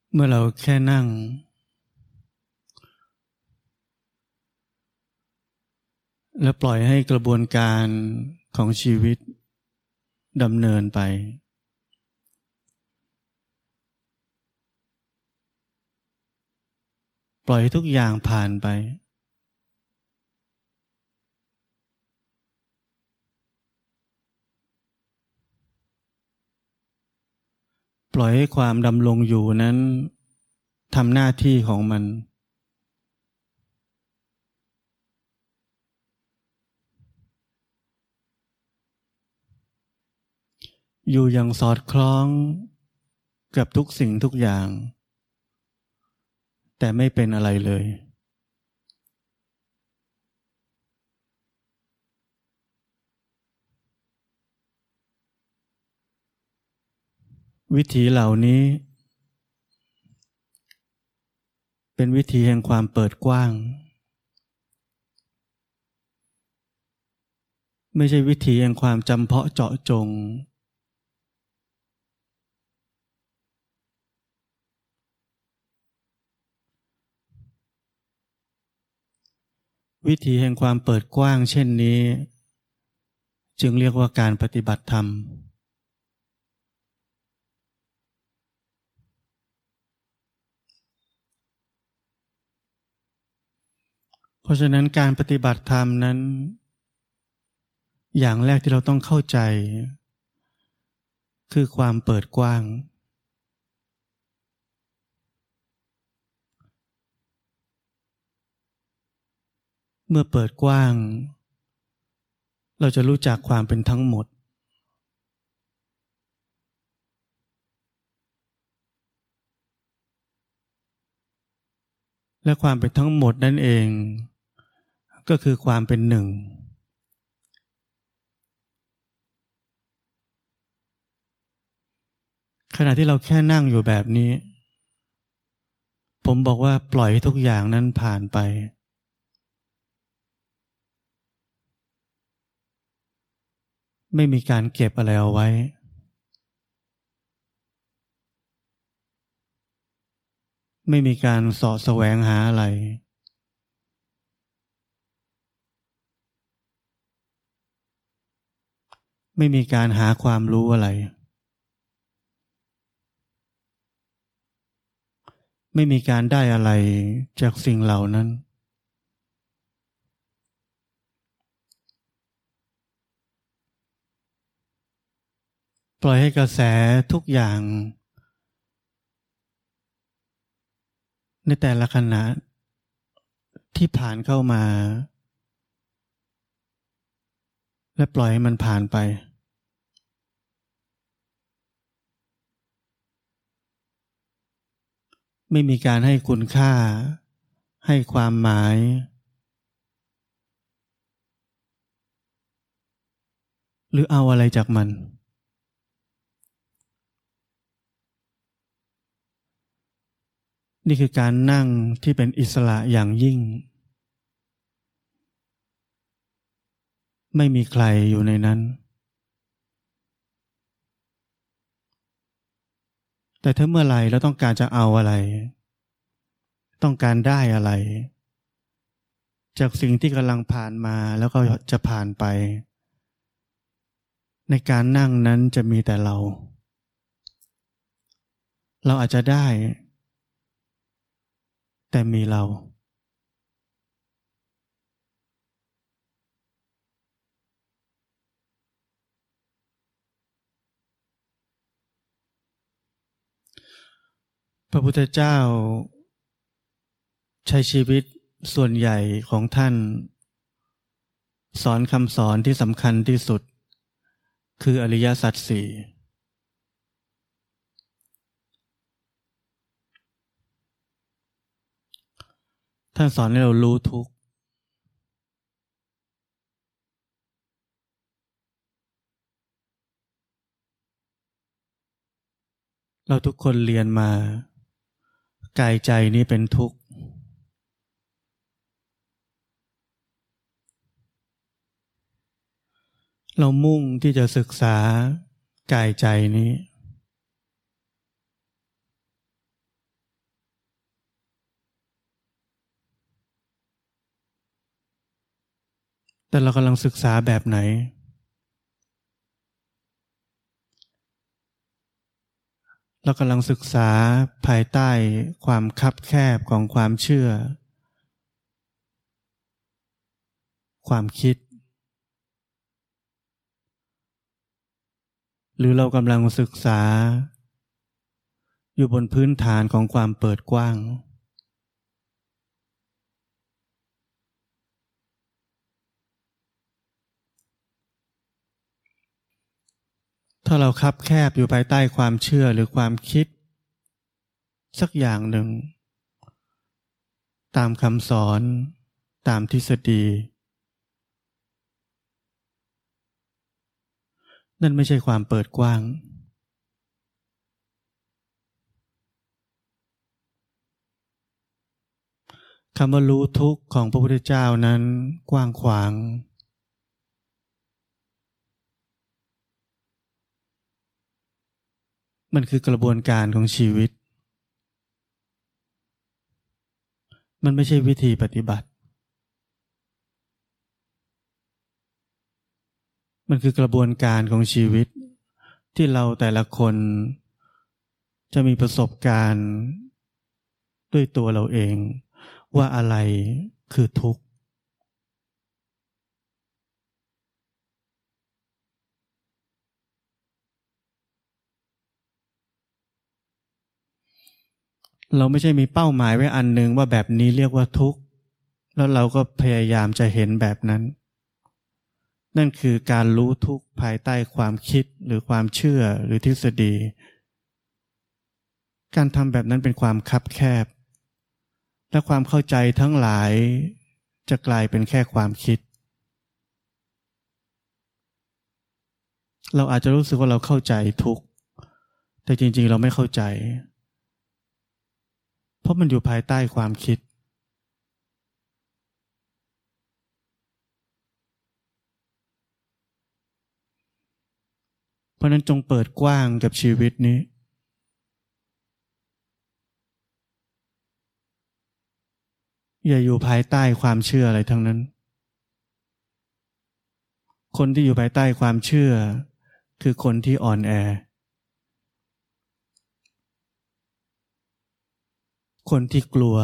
เมื่อเราแค่นั่งและปล่อยให้กระบวนการของชีวิตดำเนินไปปล่อยให้ทุกอย่างผ่านไปปล่อยให้ความดำรงอยู่นั้นทำหน้าที่ของมันอยู่อย่างสอดคล้องกับทุกสิ่งทุกอย่างแต่ไม่เป็นอะไรเลยวิธีเหล่านี้เป็นวิธีแห่งความเปิดกว้างไม่ใช่วิธีแห่งความจำเพาะเจาะจงวิธีแห่งความเปิดกว้างเช่นนี้จึงเรียกว่าการปฏิบัติธรรมเพราะฉะนั้นการปฏิบัติธรรมนั้นอย่างแรกที่เราต้องเข้าใจคือความเปิดกว้างเมื่อเปิดกว้างเราจะรู้จักความเป็นทั้งหมดและความเป็นทั้งหมดนั่นเองก็คือความเป็นหนึ่งขณะที่เราแค่นั่งอยู่แบบนี้ผมบอกว่าปล่อยให้ทุกอย่างนั้นผ่านไปไม่มีการเก็บอะไรเอาไว้ไม่มีการเสาะแสวงหาอะไรไม่มีการหาความรู้อะไรไม่มีการได้อะไรจากสิ่งเหล่านั้นปล่อยให้กระแสทุกอย่างในแต่ละขณะที่ผ่านเข้ามาและปล่อยให้มันผ่านไปไม่มีการให้คุณค่าให้ความหมายหรือเอาอะไรจากมันนี่คือการนั่งที่เป็นอิสระอย่างยิ่งไม่มีใครอยู่ในนั้นแต่ถ้าเมื่อไหร่เราต้องการจะเอาอะไรต้องการได้อะไรจากสิ่งที่กำลังผ่านมาแล้วก็จะผ่านไปในการนั่งนั้นจะมีแต่เราอาจจะได้แต่มีเราพระพุทธเจ้าใช้ชีวิตส่วนใหญ่ของท่านสอนคำสอนที่สำคัญที่สุดคืออริยสัจสี่ท่านสอนให้เรารู้ทุกข์เราทุกคนเรียนมากายใจนี้เป็นทุกข์เรามุ่งที่จะศึกษากายใจนี้แต่เรากำลังศึกษาแบบไหนเรากำลังศึกษาภายใต้ความคับแคบของความเชื่อความคิดหรือเรากำลังศึกษาอยู่บนพื้นฐานของความเปิดกว้างถ้าเราคับแคบอยู่ภายใต้ความเชื่อหรือความคิดสักอย่างหนึ่งตามคำสอนตามทฤษฎีนั่นไม่ใช่ความเปิดกว้างคำว่ารู้ทุกข์ของพระพุทธเจ้านั้นกว้างขวางมันคือกระบวนการของชีวิตมันไม่ใช่วิธีปฏิบัติมันคือกระบวนการของชีวิตที่เราแต่ละคนจะมีประสบการณ์ด้วยตัวเราเองว่าอะไรคือทุกข์เราไม่ใช่มีเป้าหมายไว้อันหนึ่งว่าแบบนี้เรียกว่าทุกข์แล้วเราก็พยายามจะเห็นแบบนั้นนั่นคือการรู้ทุกข์ภายใต้ความคิดหรือความเชื่อหรือทฤษฎีการทำแบบนั้นเป็นความคับแคบและความเข้าใจทั้งหลายจะกลายเป็นแค่ความคิดเราอาจจะรู้สึกว่าเราเข้าใจทุกข์แต่จริงๆเราไม่เข้าใจเพราะมันอยู่ภายใต้ความคิดเพราะนั้นจงเปิดกว้างกับชีวิตนี้อย่าอยู่ภายใต้ความเชื่ออะไรทั้งนั้นคนที่อยู่ภายใต้ความเชื่อคือคนที่อ่อนแอคนที่กลัว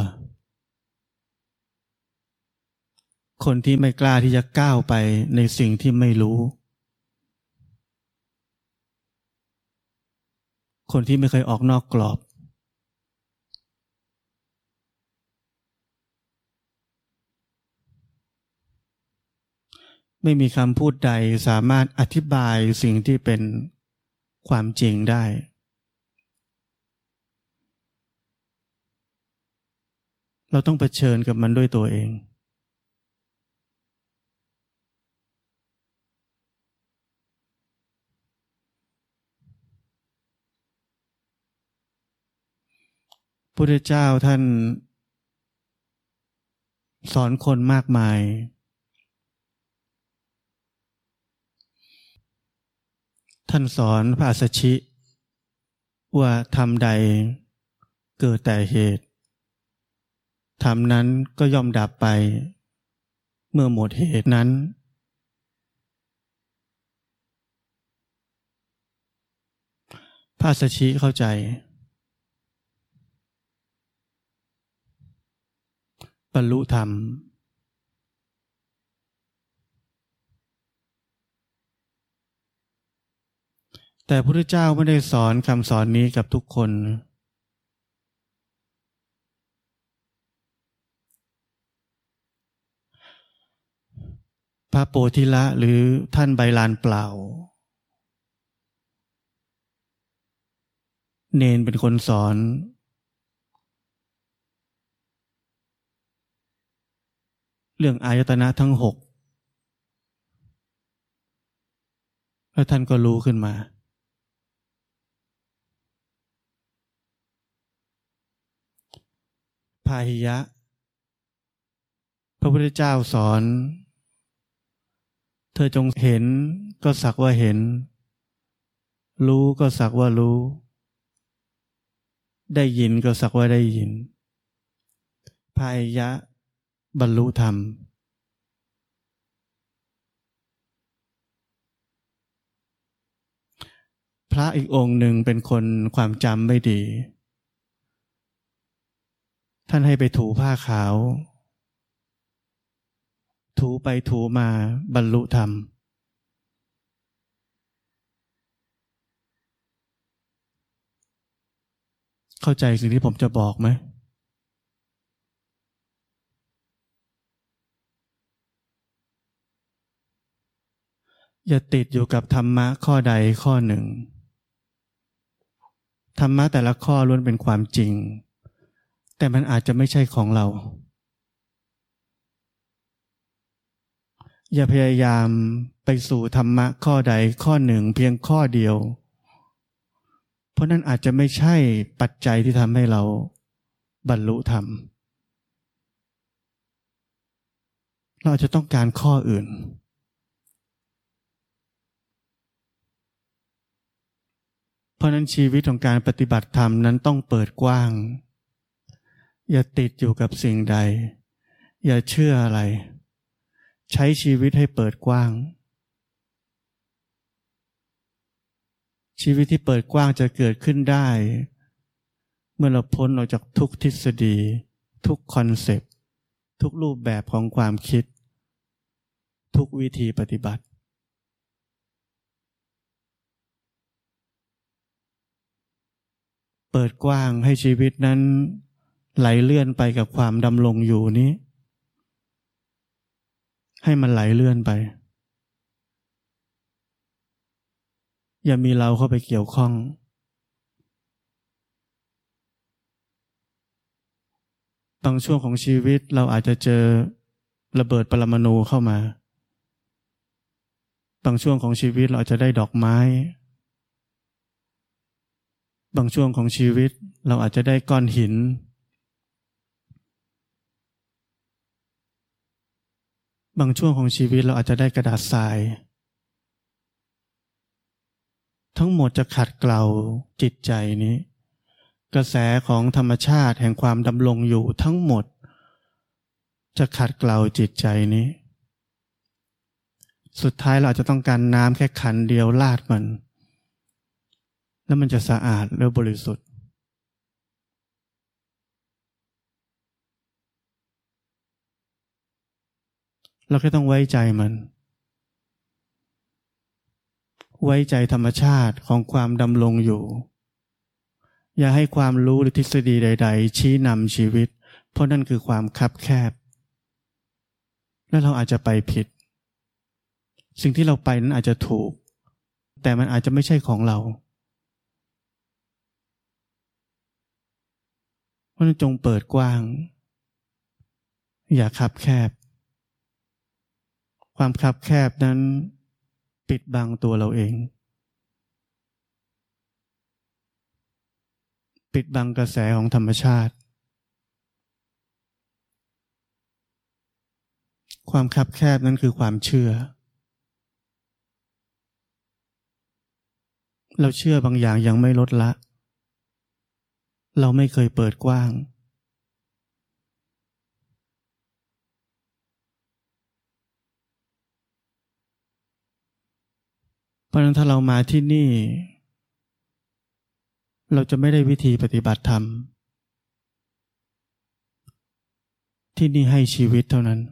คนที่ไม่กล้าที่จะก้าวไปในสิ่งที่ไม่รู้คนที่ไม่เคยออกนอกกรอบไม่มีคำพูดใดสามารถอธิบายสิ่งที่เป็นความจริงได้เราต้องเผชิญกับมันด้วยตัวเองพระพุทธเจ้าท่านสอนคนมากมายท่านสอนพระอัสสชิว่าธรรมใดเกิดแต่เหตุธรรมนั้นก็ย่อมดับไปเมื่อหมดเหตุนั้นพระอัสสชิเข้าใจบรรลุธรรมแต่พระพุทธเจ้าไม่ได้สอนคำสอนนี้กับทุกคนพระโพธิละหรือท่านใบลานเปล่าเนนเป็นคนสอนเรื่องอายตนะทั้งหกแล้วท่านก็รู้ขึ้นมาพาหิยะพระพุทธเจ้าสอนเธอจงเห็นก็สักว่าเห็นรู้ก็สักว่ารู้ได้ยินก็สักว่าได้ยินพาหิยะบรรลุธรรมพระอีกองค์หนึ่งเป็นคนความจำไม่ดี ท่านให้ไปถูผ้าขาวถูไปถูมาบรรลุธรรมเข้าใจสิ่งที่ผมจะบอกไหมอย่าติดอยู่กับธรรมะข้อใดข้อหนึ่งธรรมะแต่ละข้อล้วนเป็นความจริงแต่มันอาจจะไม่ใช่ของเราอย่าพยายามไปสู่ธรรมะข้อใดข้อหนึ่งเพียงข้อเดียวเพราะนั้นอาจจะไม่ใช่ปัจจัยที่ทำให้เราบรรลุธรรมเราอาจจะต้องการข้ออื่นเพราะนั้นชีวิตของการปฏิบัติธรรมนั้นต้องเปิดกว้างอย่าติดอยู่กับสิ่งใดอย่าเชื่ออะไรใช้ชีวิตให้เปิดกว้างชีวิตที่เปิดกว้างจะเกิดขึ้นได้เมื่อเราพ้นออกจากทุกทฤษฎีทุกคอนเซปต์ทุกรูปแบบของความคิดทุกวิธีปฏิบัติเปิดกว้างให้ชีวิตนั้นไหลเลื่อนไปกับความดำรงอยู่นี้ให้มันไหลเลื่อนไปอย่ามีเราเข้าไปเกี่ยวข้องบางช่วงของชีวิตเราอาจจะเจอระเบิดปรมาณูเข้ามาบางช่วงของชีวิตเราอาจจะได้ดอกไม้บางช่วงของชีวิตเราอาจจะได้ก้อนหินบางช่วงของชีวิตเราอาจจะได้กระดาษทรายทั้งหมดจะขัดเกลาจิตใจนี้กระแสของธรรมชาติแห่งความดำรงอยู่ทั้งหมดจะขัดเกลาจิตใจนี้สุดท้ายเราอาจจะต้องการน้ำแค่ขันเดียวราดมันแล้วมันจะสะอาดและบริสุทธิ์เราแค่ต้องไว้ใจมันไว้ใจธรรมชาติของความดำรงอยู่อย่าให้ความรู้หรือทฤษฎีใดๆชี้นำชีวิตเพราะนั่นคือความคับแคบและเราอาจจะไปผิดสิ่งที่เราไปนั้นอาจจะถูกแต่มันอาจจะไม่ใช่ของเราเพราะนั้นจงเปิดกว้างอย่าคับแคบความคับแคบนั้นปิดบังตัวเราเองปิดบังกระแสของธรรมชาติความคับแคบนั้นคือความเชื่อเราเชื่อบางอย่างยังไม่ลดละเราไม่เคยเปิดกว้างเพราะฉะนั้นถ้าเรามาที่นี่เราจะไม่ได้วิธีปฏิบัติธรรมที่นี่ให้ชีวิตเท่านั้น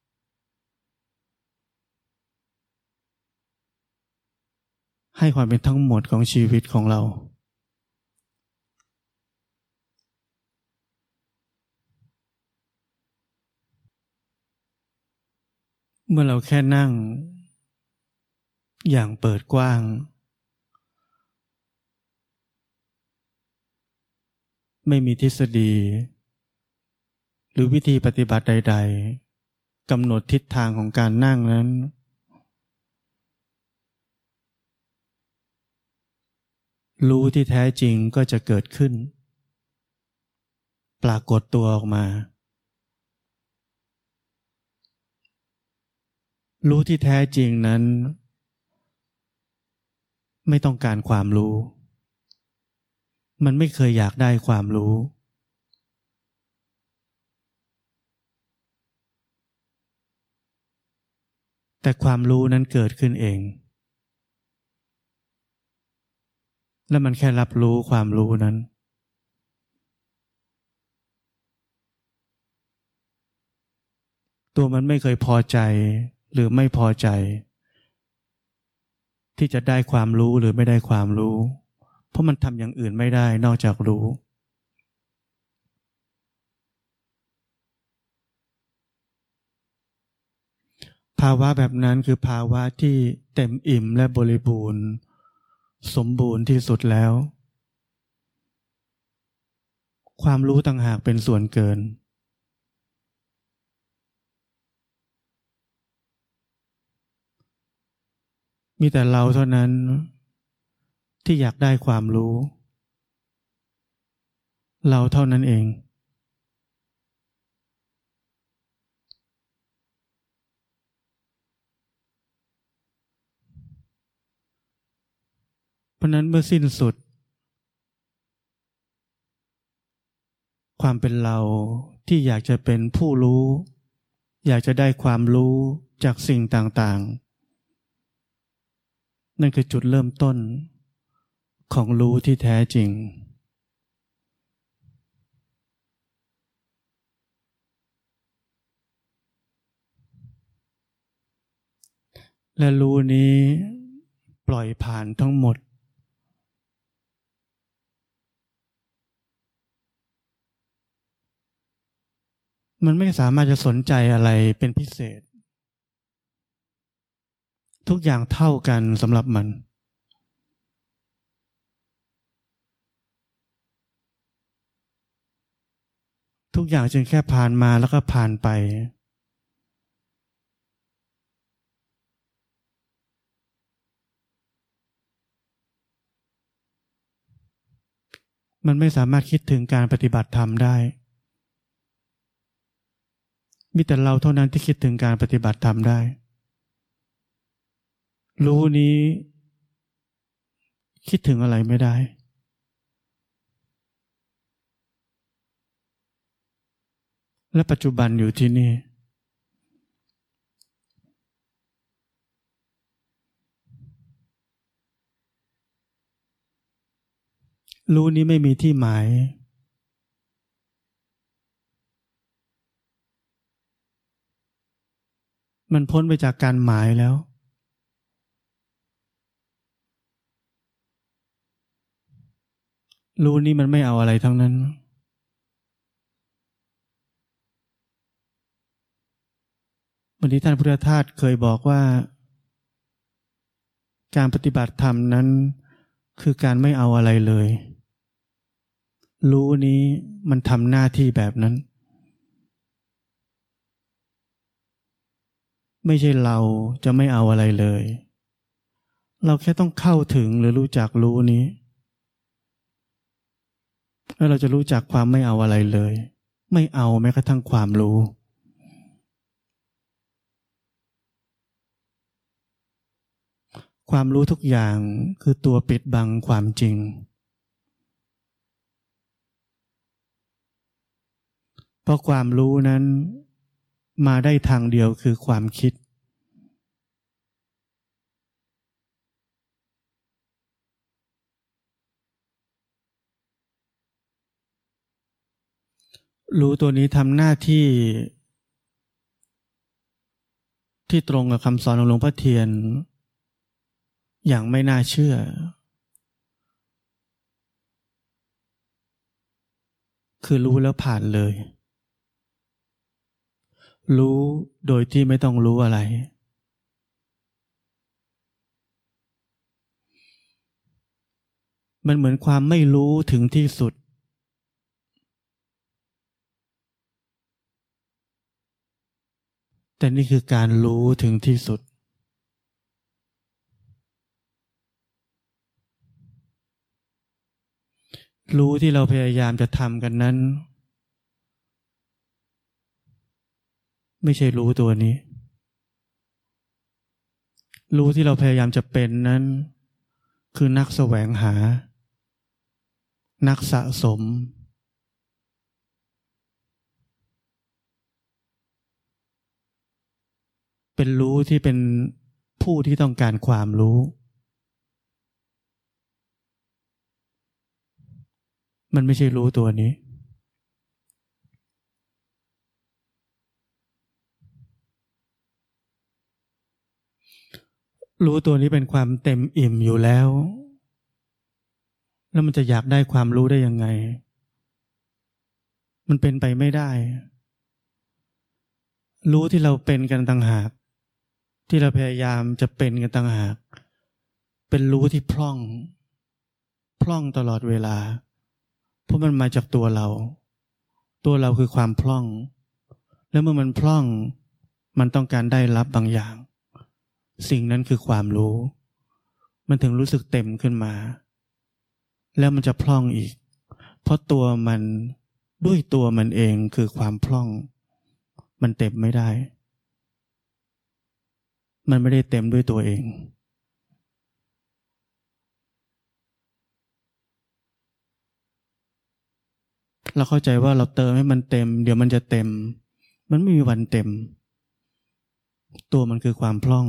ให้ความเป็นทั้งหมดของชีวิตของเราเมื่อเราแค่นั่งอย่างเปิดกว้างไม่มีทฤษฎีหรือวิธีปฏิบัติใดๆกำหนดทิศทางของการนั่งนั้นรู้ที่แท้จริงก็จะเกิดขึ้นปรากฏตัวออกมารู้ที่แท้จริงนั้นไม่ต้องการความรู้มันไม่เคยอยากได้ความรู้แต่ความรู้นั้นเกิดขึ้นเองแล้วมันแค่รับรู้ความรู้นั้นตัวมันไม่เคยพอใจหรือไม่พอใจที่จะได้ความรู้หรือไม่ได้ความรู้เพราะมันทำอย่างอื่นไม่ได้นอกจากรู้ภาวะแบบนั้นคือภาวะที่เต็มอิ่มและบริบูรณ์สมบูรณ์ที่สุดแล้วความรู้ต่างหากเป็นส่วนเกินมีแต่เราเท่านั้นที่อยากได้ความรู้เราเท่านั้นเองเพราะนั้นเมื่อสิ้นสุดความเป็นเราที่อยากจะเป็นผู้รู้อยากจะได้ความรู้จากสิ่งต่างๆนั่นคือจุดเริ่มต้นของรู้ที่แท้จริงและรู้นี้ปล่อยผ่านทั้งหมดมันไม่สามารถจะสนใจอะไรเป็นพิเศษทุกอย่างเท่ากันสำหรับมันทุกอย่างจึงแค่ผ่านมาแล้วก็ผ่านไปมันไม่สามารถคิดถึงการปฏิบัติธรรมได้มีแต่เราเท่านั้นที่คิดถึงการปฏิบัติธรรมได้รู้นี้คิดถึงอะไรไม่ได้และปัจจุบันอยู่ที่นี่รู้นี้ไม่มีที่หมายมันพ้นไปจากการหมายแล้วรู้นี้มันไม่เอาอะไรทั้งนั้นวันนี้ท่านพุทธทาสเคยบอกว่าการปฏิบัติธรรมนั้นคือการไม่เอาอะไรเลยรู้นี้มันทำหน้าที่แบบนั้นไม่ใช่เราจะไม่เอาอะไรเลยเราแค่ต้องเข้าถึงหรือรู้จักรู้นี้แล้วเราจะรู้จักความไม่เอาอะไรเลยไม่เอาแม้กระทั่งความรู้ความรู้ทุกอย่างคือตัวปิดบังความจริงเพราะความรู้นั้นมาได้ทางเดียวคือความคิดรู้ตัวนี้ทำหน้าที่ที่ตรงกับคำสอนของหลวงพ่อเทียนอย่างไม่น่าเชื่อคือรู้แล้วผ่านเลยรู้โดยที่ไม่ต้องรู้อะไรมันเหมือนความไม่รู้ถึงที่สุดแต่นี่คือการรู้ถึงที่สุดรู้ที่เราพยายามจะทำกันนั้นไม่ใช่รู้ตัวนี้รู้ที่เราพยายามจะเป็นนั้นคือนักแสวงหานักสะสมเป็นรู้ที่เป็นผู้ที่ต้องการความรู้มันไม่ใช่รู้ตัวนี้รู้ตัวนี้เป็นความเต็มอิ่มอยู่แล้วแล้วมันจะอยากได้ความรู้ได้ยังไงมันเป็นไปไม่ได้รู้ที่เราเป็นกันต่างหากที่เราพยายามจะเป็นกันต่างหากเป็นรู้ที่พร่องตลอดเวลาเพราะมันมาจากตัวเราคือความพร่องแล้วเมื่อมันพร่องมันต้องการได้รับบางอย่างสิ่งนั้นคือความรู้มันถึงรู้สึกเต็มขึ้นมาแล้วมันจะพร่องอีกเพราะตัวมันด้วยตัวมันเองคือความพร่องมันเต็มไม่ได้มันไม่ได้เต็มด้วยตัวเองเราเข้าใจว่าเราเติมให้มันเต็มเดี๋ยวมันจะเต็มมันไม่มีวันเต็มตัวมันคือความพร่อง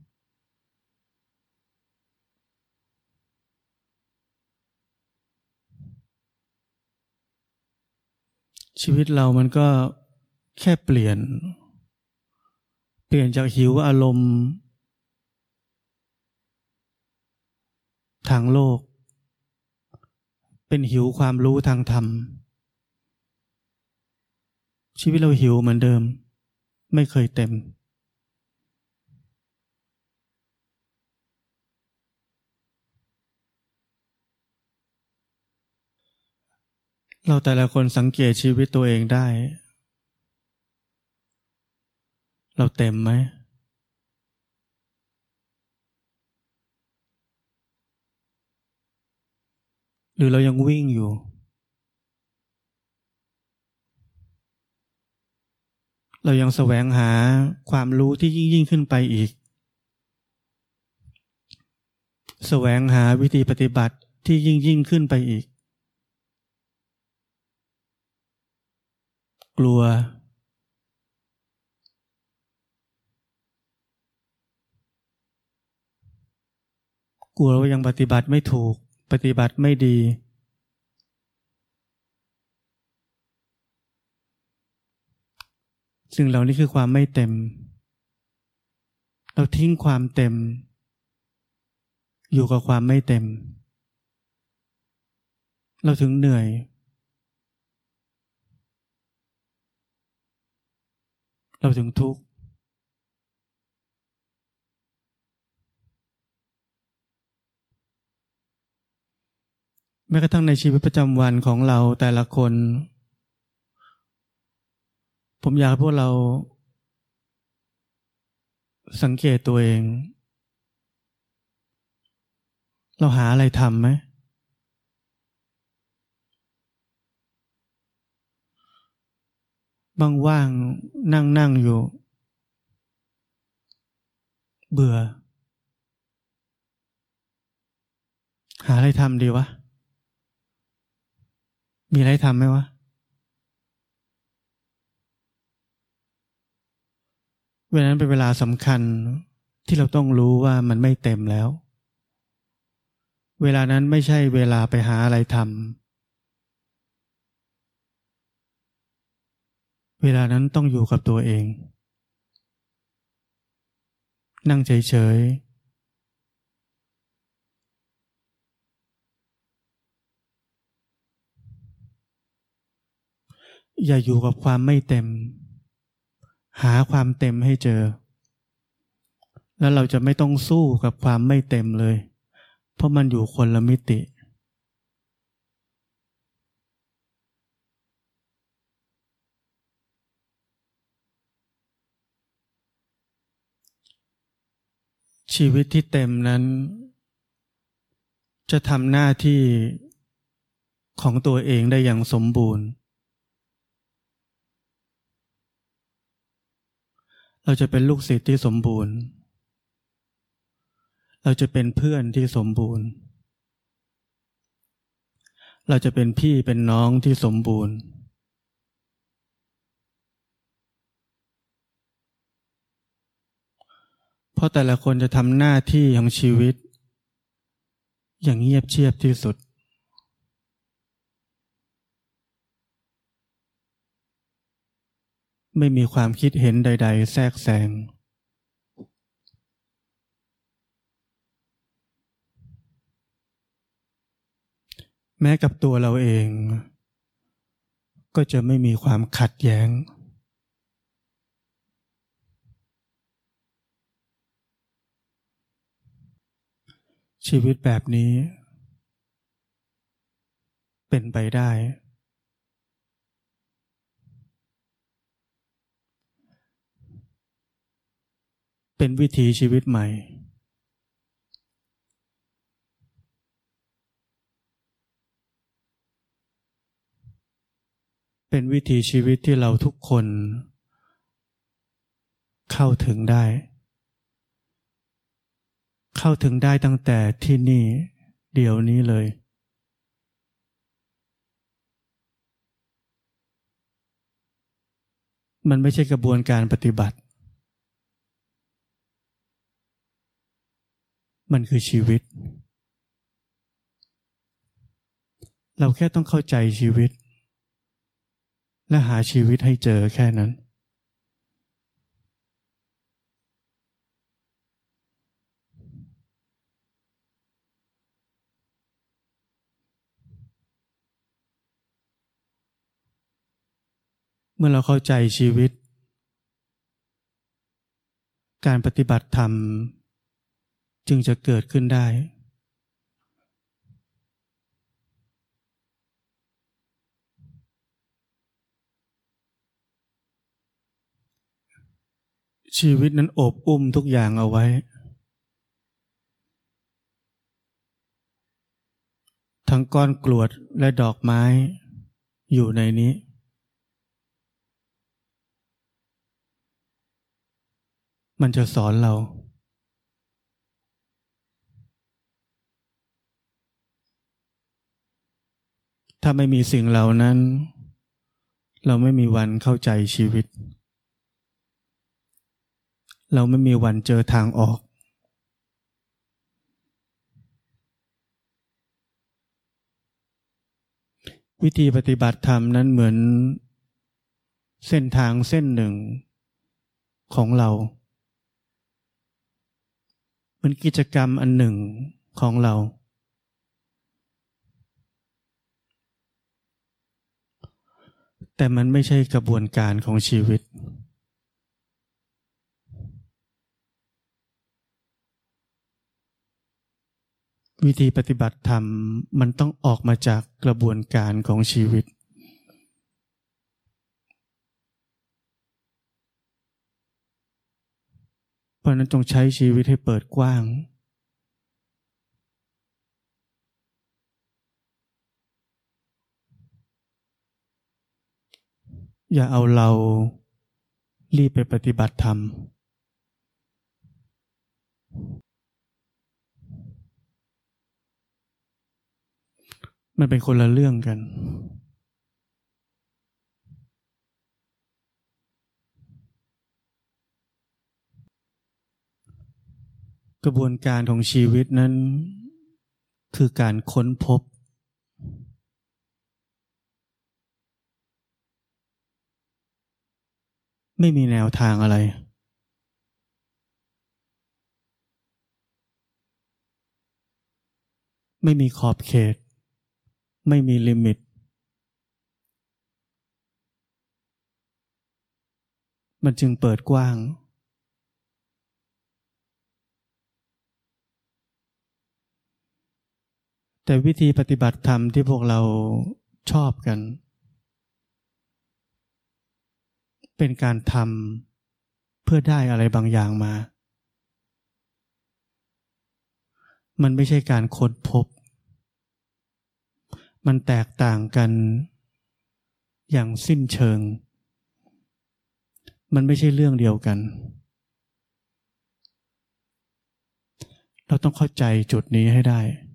ชีวิตเรามันก็แค่เปลี่ยนจากหิวอารมณ์ทางโลกเป็นหิวความรู้ทางธรรมชีวิตเราหิวเหมือนเดิมไม่เคยเต็มเราแต่ละคนสังเกตชีวิตตัวเองได้เราเต็มไหมหรือเรายังวิ่งอยู่เรายังแสวงหาความรู้ที่ยิ่งขึ้นไปอีกแสวงหาวิธีปฏิบัติที่ยิ่งขึ้นไปอีกกลัวว่ายังปฏิบัติไม่ถูกปฏิบัติไม่ดีสิ่งเหล่านี้คือความไม่เต็มเราทิ้งความเต็มอยู่กับความไม่เต็มเราถึงเหนื่อยเราถึงทุกข์แม้กระทั่งในชีวิตประจำวันของเราแต่ละคนผมอยากให้พวกเราสังเกตตัวเองเราหาอะไรทำไหมบางว่างนั่งอยู่เบื่อหาอะไรทำดีวะมีอะไรทำไหมวะเวลานั้นเป็นเวลาสำคัญที่เราต้องรู้ว่ามันไม่เต็มแล้วเวลานั้นไม่ใช่เวลาไปหาอะไรทำเวลานั้นต้องอยู่กับตัวเองนั่งเฉยๆอย่าอยู่กับความไม่เต็มหาความเต็มให้เจอแล้วเราจะไม่ต้องสู้กับความไม่เต็มเลยเพราะมันอยู่คนละมิติชีวิตที่เต็มนั้นจะทำหน้าที่ของตัวเองได้อย่างสมบูรณ์เราจะเป็นลูกศิษย์ที่สมบูรณ์เราจะเป็นเพื่อนที่สมบูรณ์เราจะเป็นพี่เป็นน้องที่สมบูรณ์เพราะแต่ละคนจะทำหน้าที่ของชีวิตอย่างเงียบเชียบที่สุดไม่มีความคิดเห็นใดๆแทรกแซงแม้กับตัวเราเองก็จะไม่มีความขัดแย้งชีวิตแบบนี้เป็นไปได้เป็นวิถีชีวิตใหม่เป็นวิถีชีวิตที่เราทุกคนเข้าถึงได้ตั้งแต่ที่นี่เดี๋ยวนี้เลยมันไม่ใช่กระบวนการปฏิบัติมันคือชีวิตเราแค่ต้องเข้าใจชีวิตและหาชีวิตให้เจอแค่นั้นเมื่อเราเข้าใจชีวิตการปฏิบัติธรรมจึงจะเกิดขึ้นได้ชีวิตนั้นโอบอุ้มทุกอย่างเอาไว้ทั้งก้อนกรวดและดอกไม้อยู่ในนี้มันจะสอนเราถ้าไม่มีสิ่งเหล่านั้นเราไม่มีวันเข้าใจชีวิตเราไม่มีวันเจอทางออกวิธีปฏิบัติธรรมนั้นเหมือนเส้นทางเส้นหนึ่งของเราเหมือนกิจกรรมอันหนึ่งของเราแต่มันไม่ใช่กระบวนการของชีวิตวิธีปฏิบัติธรรมมันต้องออกมาจากกระบวนการของชีวิตเพราะนั้นต้องใช้ชีวิตให้เปิดกว้างอย่าเอาเรารีบไปปฏิบัติธรรมมันเป็นคนละเรื่องกันกระบวนการของชีวิตนั้นคือการค้นพบไม่มีแนวทางอะไรไม่มีขอบเขตไม่มีลิมิตมันจึงเปิดกว้างแต่วิธีปฏิบัติธรรมที่พวกเราชอบกันเป็นการทำเพื่อได้อะไรบางอย่างมามันไม่ใช่การค้นพบมันแตกต่างกันอย่างสิ้นเชิงมันไม่ใช่เรื่องเดียวกันเราต้องเข้าใจจุดนี้ให้ได้